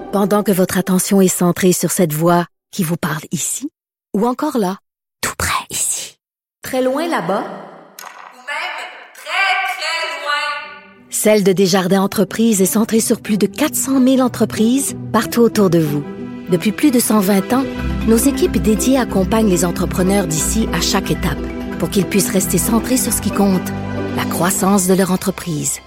Pendant que votre attention est centrée sur cette voix qui vous parle ici, ou encore là, tout près ici, très loin là-bas, ou même très, très loin. Celle de Desjardins Entreprises est centrée sur plus de 400 000 entreprises partout autour de vous. Depuis plus de 120 ans, nos équipes dédiées accompagnent les entrepreneurs d'ici à chaque étape pour qu'ils puissent rester centrés sur ce qui compte, la croissance de leur entreprise.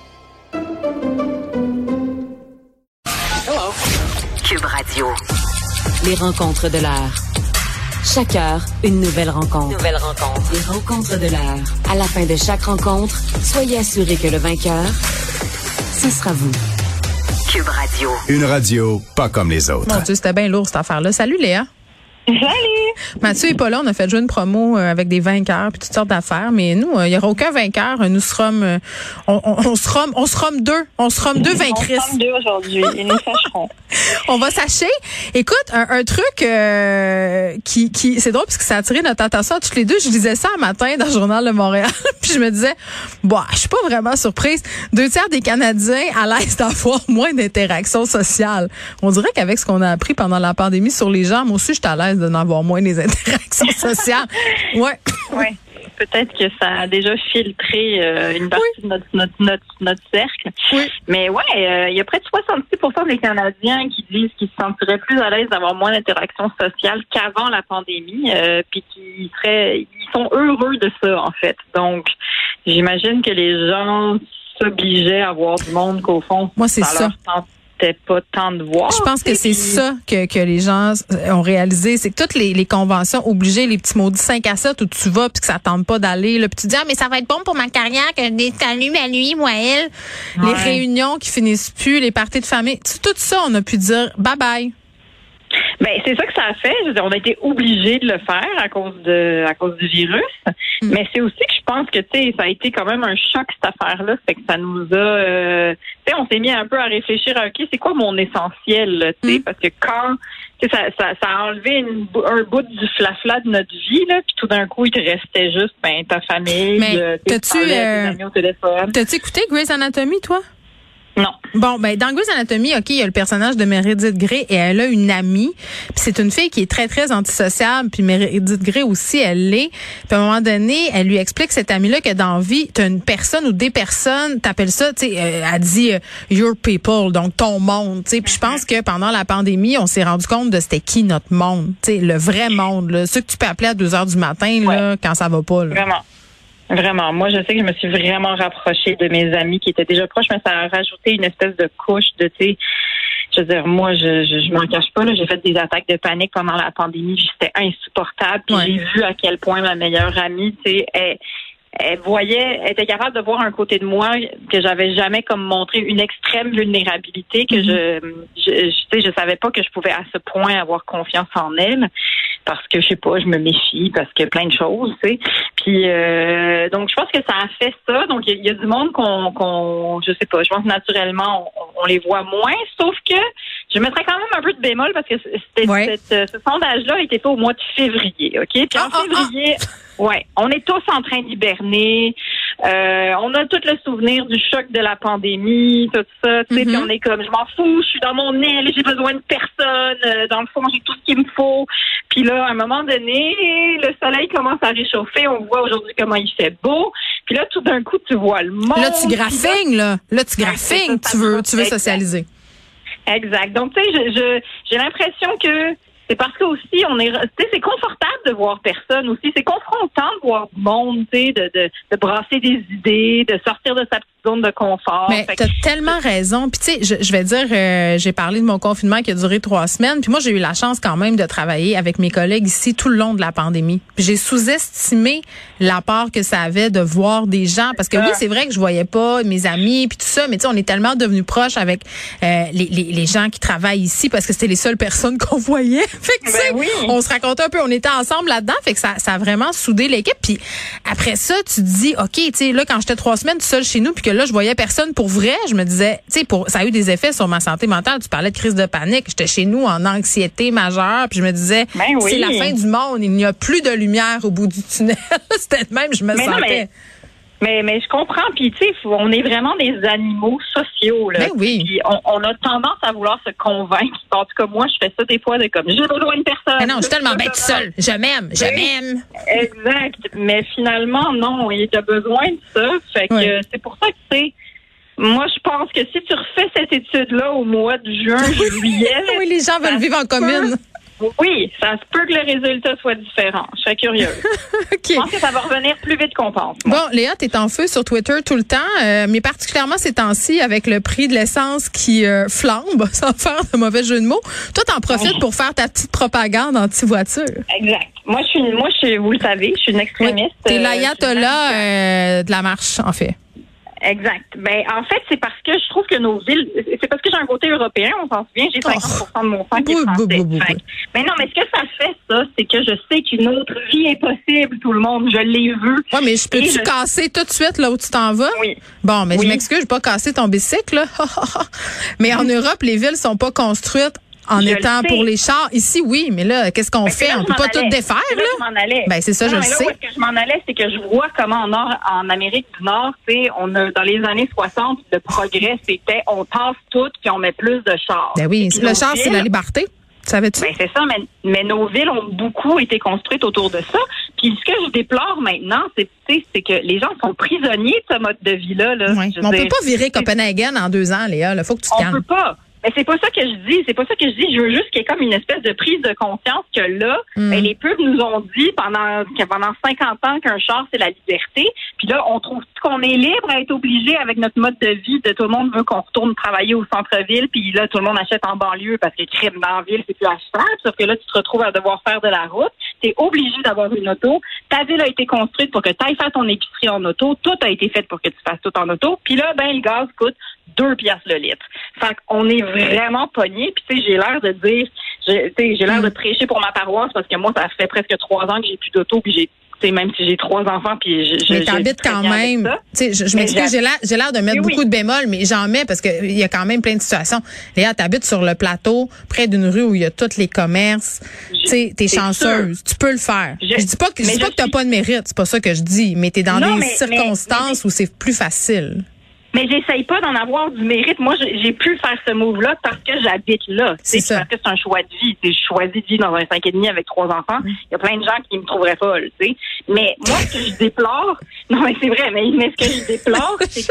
Cube Radio. Les rencontres de l'heure. Chaque heure, une nouvelle rencontre. Les rencontres de l'heure. À la fin de chaque rencontre, soyez assurés que le vainqueur, ce sera vous. Cube Radio. Une radio pas comme les autres. Mon Dieu, c'était bien lourd cette affaire-là. Salut Léa. Salut! Mathieu est pas là, on a fait jouer une promo avec des vainqueurs puis toutes sortes d'affaires, mais nous, il y aura aucun vainqueur. Nous serons, on sera deux vaincrices. On sera deux aujourd'hui et nous sacherons. On va sacher. Écoute, un truc qui c'est drôle parce que ça a attiré notre attention à toutes les deux. Je lisais ça un matin dans le Journal de Montréal, puis je me disais, je suis pas vraiment surprise. 2/3 des Canadiens à l'aise d'avoir moins d'interactions sociales. On dirait qu'avec ce qu'on a appris pendant la pandémie sur les gens, moi aussi, je suis à l'aise d'en avoir moins des interactions sociales. Ouais. Ouais. Peut-être que ça a déjà filtré une partie de notre cercle. Oui. Mais il y a près de 66% des Canadiens qui disent qu'ils se sentiraient plus à l'aise d'avoir moins d'interactions sociales qu'avant la pandémie, puis ils sont heureux de ça, en fait. Donc, j'imagine que les gens s'obligeaient à voir du monde qu'au fond, moi, c'est ça. Pas tant de voir. Je pense que c'est ça que les gens ont réalisé, c'est que toutes les conventions obligées, les petits maudits 5 à 7 où tu vas puis que ça tente pas d'aller, là, puis tu dis mais ça va être bon pour ma carrière que des salut à lui, moi elle, les réunions qui finissent plus, les parties de famille, tout ça on a pu dire bye bye. Ben c'est ça que ça a fait. Je veux dire, on a été obligés de le faire à cause du virus. Mais c'est aussi que je pense que ça a été quand même un choc cette affaire-là, fait que ça nous a, on s'est mis un peu à réfléchir à ok, c'est quoi mon essentiel, parce que quand ça a enlevé un bout du flafla de notre vie là, puis tout d'un coup il te restait juste ta famille, tes amis au téléphone. T'as-tu écouté Grey's Anatomy toi? Non. Bon, dans Grey's Anatomy, OK, il y a le personnage de Meredith Grey et elle a une amie. Puis c'est une fille qui est très, très antisociable. Puis Meredith Grey aussi, elle l'est. Puis à un moment donné, elle lui explique, cette amie-là, que dans la vie, t'as une personne ou des personnes, t'appelles ça, elle dit your people, donc ton monde. Puis je pense que pendant la pandémie, on s'est rendu compte de c'était qui notre monde. Le vrai monde, là, ceux que tu peux appeler à 2 heures du matin là, quand ça va pas. Là. Vraiment. Moi, je sais que je me suis vraiment rapprochée de mes amis qui étaient déjà proches, mais ça a rajouté une espèce de couche de, je veux dire, moi, je m'en cache pas, là, j'ai fait des attaques de panique pendant la pandémie, c'était insupportable, puis j'ai vu à quel point ma meilleure amie, elle était capable de voir un côté de moi que j'avais jamais comme montré, une extrême vulnérabilité que je savais pas que je pouvais à ce point avoir confiance en elle. Parce que je sais pas, je me méfie, parce que plein de choses, Puis donc je pense que ça a fait ça. Donc il y a du monde qu'on je sais pas, je pense que naturellement on les voit moins, sauf que je mettrais quand même un peu de bémol parce que ce sondage-là était fait au mois de février, OK? Puis en février, on est tous en train d'hiberner. On a tout le souvenir du choc de la pandémie, tout ça, puis on est comme, je m'en fous, je suis dans mon île, j'ai besoin de personne, dans le fond, j'ai tout ce qu'il me faut. Puis là, à un moment donné, le soleil commence à réchauffer, on voit aujourd'hui comment il fait beau. Puis là, tout d'un coup, tu vois le monde. Là, tu graphines, tu veux socialiser. Exact. Donc, j'ai l'impression que c'est parce que aussi c'est confortable de voir personne aussi, c'est confrontant de voir du monde, de brasser des idées, de sortir de sa petite zone de confort. Mais t'as tellement raison. Puis tu sais, je vais dire, j'ai parlé de mon confinement qui a duré 3 semaines. Puis moi, j'ai eu la chance quand même de travailler avec mes collègues ici tout le long de la pandémie. Puis j'ai sous-estimé l'apport que ça avait de voir des gens. Parce que oui, c'est vrai que je voyais pas mes amis puis tout ça, mais tu sais, on est tellement devenus proches avec les gens qui travaillent ici parce que c'était les seules personnes qu'on voyait. Fait que tu sais, on se racontait un peu, on était ensemble là-dedans. Fait que ça a vraiment soudé l'équipe. Puis après ça, tu te dis, OK, tu sais, là, quand j'étais 3 semaines tout seul chez nous, puis que là, je voyais personne pour vrai, je me disais, tu sais, ça a eu des effets sur ma santé mentale. Tu parlais de crise de panique. J'étais chez nous en anxiété majeure, puis je me disais, c'est la fin du monde. Il n'y a plus de lumière au bout du tunnel. C'était de même, je me sentais. Mais je comprends, puis tu sais, on est vraiment des animaux sociaux, là. Ben oui. Puis on a tendance à vouloir se convaincre. En tout cas, moi, je fais ça des fois de comme, j'ai besoin de personne. Mais non, je suis tellement bête seule. Je m'aime. Exact. Mais finalement, non, il a besoin de ça. Fait que c'est pour ça que, tu sais, moi, je pense que si tu refais cette étude-là au mois de juin, juillet... oui, les gens veulent vivre en commune. Oui, ça se peut que le résultat soit différent. Je serais curieuse. Okay. Je pense que ça va revenir plus vite qu'on pense. Bon, Léa, t'es en feu sur Twitter tout le temps, mais particulièrement ces temps-ci avec le prix de l'essence qui flambe, sans faire de mauvais jeu de mots. Toi, t'en profites pour faire ta petite propagande anti-voiture. Exact. Moi, vous le savez, je suis une extrémiste. T'es l'ayatollah de la marche, en fait. Exact. Ben, en fait, c'est parce que je trouve que nos villes, c'est parce que j'ai un côté européen, on s'en souvient, j'ai 50% de mon sang qui est français. Mais non, mais ce que ça fait, ça, c'est que je sais qu'une autre vie est possible, tout le monde. Je l'ai vu. Ouais, mais peux-tu casser tout de suite là où tu t'en vas? Oui. Bon, mais je m'excuse, je vais pas casser ton bicycle, là. Mais en Europe, les villes sont pas construites pour les chars. Ici, oui, mais là, qu'est-ce qu'on fait? On peut pas tout défaire, là? Je m'en allais. Ben, c'est ça, je le sais. Où est-ce que je m'en allais, c'est que je vois comment en Amérique du Nord, tu sais, dans les années 60, le progrès, c'était on tasse tout puis on met plus de chars. Ben oui, le char, c'est la liberté. Savais-tu? Ben, c'est ça, mais nos villes ont beaucoup été construites autour de ça. Puis ce que je déplore maintenant, c'est que les gens sont prisonniers de ce mode de vie-là. Là. Ouais. On peut pas virer Copenhagen en 2 ans, Léa. Il faut que tu te calmes. On peut pas. Mais c'est pas ça que je dis. Je veux juste qu'il y ait comme une espèce de prise de conscience que là, ben, les pubs nous ont dit pendant 50 ans qu'un char, c'est la liberté. Puis là, on trouve qu'on est libre à être obligé avec notre mode de vie de tout le monde veut qu'on retourne travailler au centre-ville. Puis là, tout le monde achète en banlieue parce que crime dans la ville, c'est plus achetable. Sauf que là, tu te retrouves à devoir faire de la route. T'es obligé d'avoir une auto. Ta ville a été construite pour que tu ailles faire ton épicerie en auto. Tout a été fait pour que tu fasses tout en auto. Puis là, ben, le gaz coûte 2 piastres le litre. Fait qu'on est vraiment pognés. Puis tu sais, j'ai l'air de dire, j'ai l'air de prêcher pour ma paroisse parce que moi, ça fait presque 3 ans que j'ai plus d'auto. Puis même si j'ai 3 enfants, puis mais t'habites quand même. Tu sais, je m'excuse, j'ai l'air de mettre beaucoup de bémols, mais j'en mets parce que il y a quand même plein de situations. Léa, t'habites sur le plateau, près d'une rue où il y a tous les commerces. Tu sais, t'es chanceuse, tu peux le faire. Je dis pas que t'as pas de mérite, c'est pas ça que je dis, mais t'es dans des circonstances où c'est plus facile. Mais j'essaye pas d'en avoir du mérite. Moi, j'ai pu faire ce move-là parce que j'habite là. C'est parce que c'est un choix de vie. Je choisis de vivre dans un 5,5 avec 3 enfants. Il y a plein de gens qui me trouveraient folle, tu sais. Mais moi, ce que je déplore, non, mais c'est vrai, mais ce que je déplore, c'est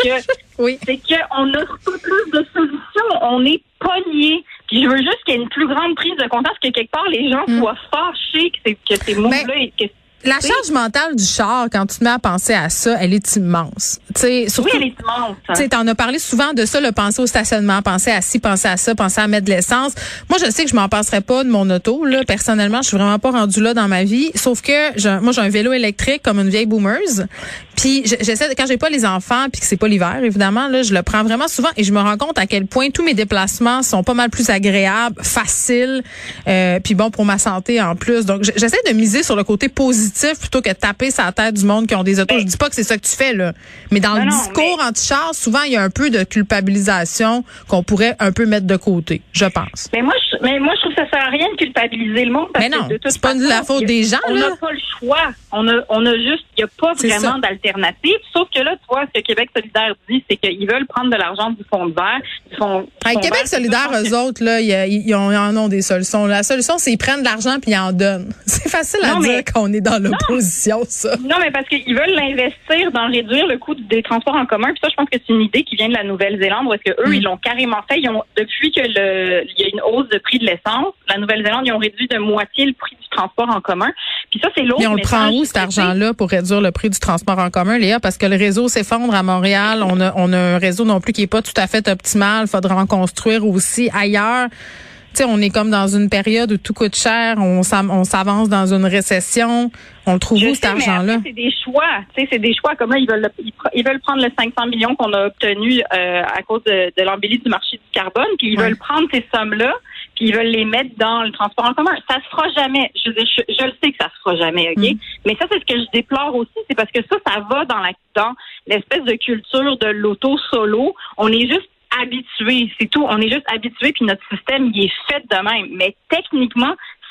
que on a pas plus de solutions. On est pognés. Puis je veux juste qu'il y ait une plus grande prise de conscience que quelque part les gens soient fâchés que ces moves-là la charge mentale du char, quand tu te mets à penser à ça, elle est immense. Surtout, oui, elle est immense. Tu t'en as parlé souvent de ça, le penser au stationnement, penser à ci, penser à ça, penser à mettre de l'essence. Moi, je sais que je m'en passerais pas de mon auto. Là, personnellement, je suis vraiment pas rendue là dans ma vie. Sauf que moi, j'ai un vélo électrique comme une vieille boomeuse. Puis j'essaie, quand j'ai pas les enfants, puis que c'est pas l'hiver, évidemment, là, je le prends vraiment souvent et je me rends compte à quel point tous mes déplacements sont pas mal plus agréables, faciles, puis bon pour ma santé en plus. Donc j'essaie de miser sur le côté positif plutôt que de taper sur la tête du monde qui ont des autos. Je dis pas que c'est ça que tu fais là, mais dans le discours anti-char, souvent il y a un peu de culpabilisation qu'on pourrait un peu mettre de côté, je pense. Mais moi je trouve que ça sert à rien de culpabiliser le monde parce mais non, que de toute c'est pas de la faute des gens on là. n'a pas le choix. On a juste, il y a pas vraiment d'alternative. Sauf que là, tu vois, ce que Québec solidaire dit, c'est qu'ils veulent prendre de l'argent du fonds vert. Québec solidaire, eux autres, là, ils en ont des solutions. La solution, c'est qu'ils prennent de l'argent puis ils en donnent. C'est facile à dire qu'on est dans l'opposition, ça. Non, mais parce qu'ils veulent l'investir dans réduire le coût des transports en commun. Puis ça, je pense que c'est une idée qui vient de la Nouvelle-Zélande, où est-ce que eux, ils l'ont carrément fait. Depuis que il y a une hausse de prix de l'essence, la Nouvelle-Zélande, ils ont réduit de moitié le prix du transport en commun. Puis ça, c'est l'autre. Et on le prend où, cet argent-là, pour réduire le prix du transport en commun, Léa? Parce que le réseau s'effondre à Montréal. On a un réseau non plus qui est pas tout à fait optimal. Il faudra en construire aussi ailleurs. Tu sais, on est comme dans une période où tout coûte cher. On s'avance dans une récession. On le trouve où, cet argent-là? C'est des choix. Tu sais, c'est des choix. Comme là, ils veulent prendre le 500 millions qu'on a obtenu à cause de l'embellie du marché du carbone. Puis ils veulent prendre ces sommes-là. Puis ils veulent les mettre dans le transport en commun. Ça se fera jamais. Je le sais que ça se fera jamais, OK? Mais ça, c'est ce que je déplore aussi. C'est parce que ça va dans l'espèce de culture de l'auto solo. On est juste habitué, c'est tout. On est juste habitué, puis notre système, il est fait de même. Mais techniquement,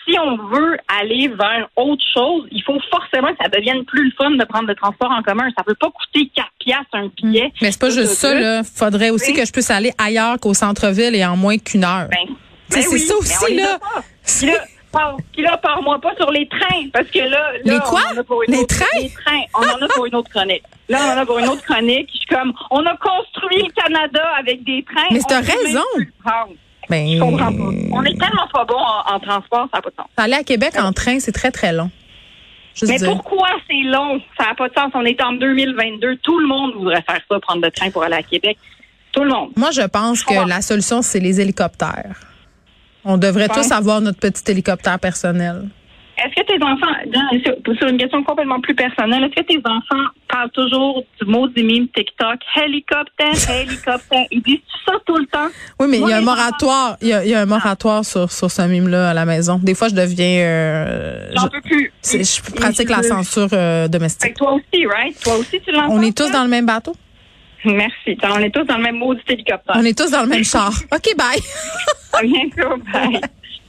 si on veut aller vers autre chose, il faut forcément que ça devienne plus le fun de prendre le transport en commun. Ça peut pas coûter 4 piastres un billet. Mais c'est pas juste ça, là. Faudrait aussi que je puisse aller ailleurs qu'au centre-ville et en moins qu'une heure. C'est ça aussi, là. Puis là, pars-moi pas sur les trains, parce que là les quoi? On en a pour une les autre, trains? Les trains. On en a pour une autre chronique. Là, on en a pour une autre chronique. Je suis comme, on a construit le Canada avec des trains. Mais t'as raison. Je comprends pas. On est tellement pas bon en transport, ça n'a pas de sens. Aller à Québec en train, c'est très, très long. Mais pourquoi c'est long? Ça n'a pas de sens. On est en 2022. Tout le monde voudrait faire ça, prendre le train pour aller à Québec. Tout le monde. Moi, je pense que la solution, c'est les hélicoptères. On devrait tous avoir notre petit hélicoptère personnel. Est-ce que tes enfants, sur une question complètement plus personnelle, est-ce que tes enfants parlent toujours du maudit mime TikTok, hélicoptère? Ils disent ça tout le temps? Oui, mais il y a un moratoire. Il y a un moratoire sur ce mime-là à la maison. Des fois, je deviens... J'en peux plus. Je pratique la censure domestique. Fait que toi aussi, right? Toi aussi, tu l'entends? On est tous dans le même bateau? Merci. On est tous dans le même maudit hélicoptère. On est tous dans le même char. OK, bye. À bientôt. Bye.